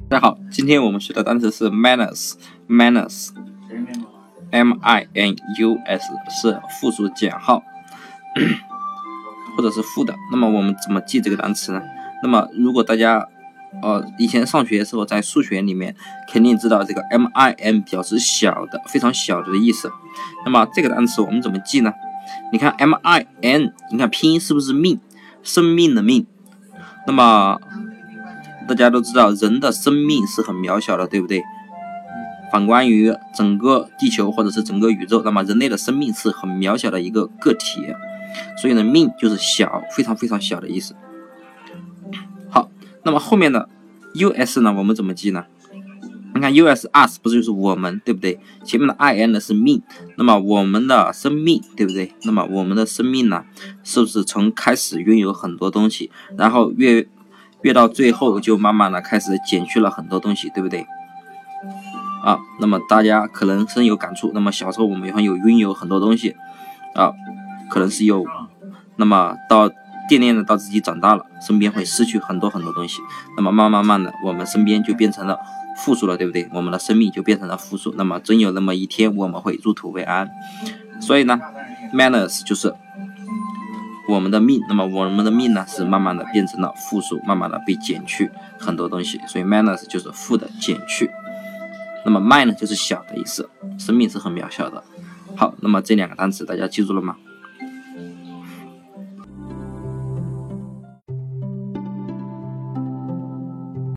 大家好，今天我们学的单词是 minus，minus，M-I-N-U-S 是复数减号或者是负的。那么我们怎么记这个单词呢？那么如果大家以前上学的时候在数学里面肯定知道这个 min 表示小的，非常小的意思。那么这个单词我们怎么记呢？你看 min， 你看拼音是不是命，生命的命？那么大家都知道人的生命是很渺小的，对不对？反观于整个地球或者是整个宇宙，那么人类的生命是很渺小的一个个体，所以呢命就是小，非常非常小的意思。好，那么后面的 us 呢我们怎么记呢？你看 us us 不是就是我们，对不对？前面的 in 呢是命，那么我们的生命，对不对？那么我们的生命呢是不是从开始拥有很多东西，然后越到最后就慢慢的开始减去了很多东西，对不对？那么大家可能深有感触。那么小时候我们有拥有很多东西可能是有，那么到渐渐的到自己长大了，身边会失去很多很多东西，那么慢慢的我们身边就变成了负数了，对不对？我们的生命就变成了负数，那么真有那么一天我们会入土为安。所以呢 minus 就是我们的命，那么我们的命呢是慢慢的变成了负数，慢慢的被减去很多东西，所以 minus 就是负的减去。那么 min 呢就是小的意思，生命是很渺小的。好，那么这两个单词大家记住了吗？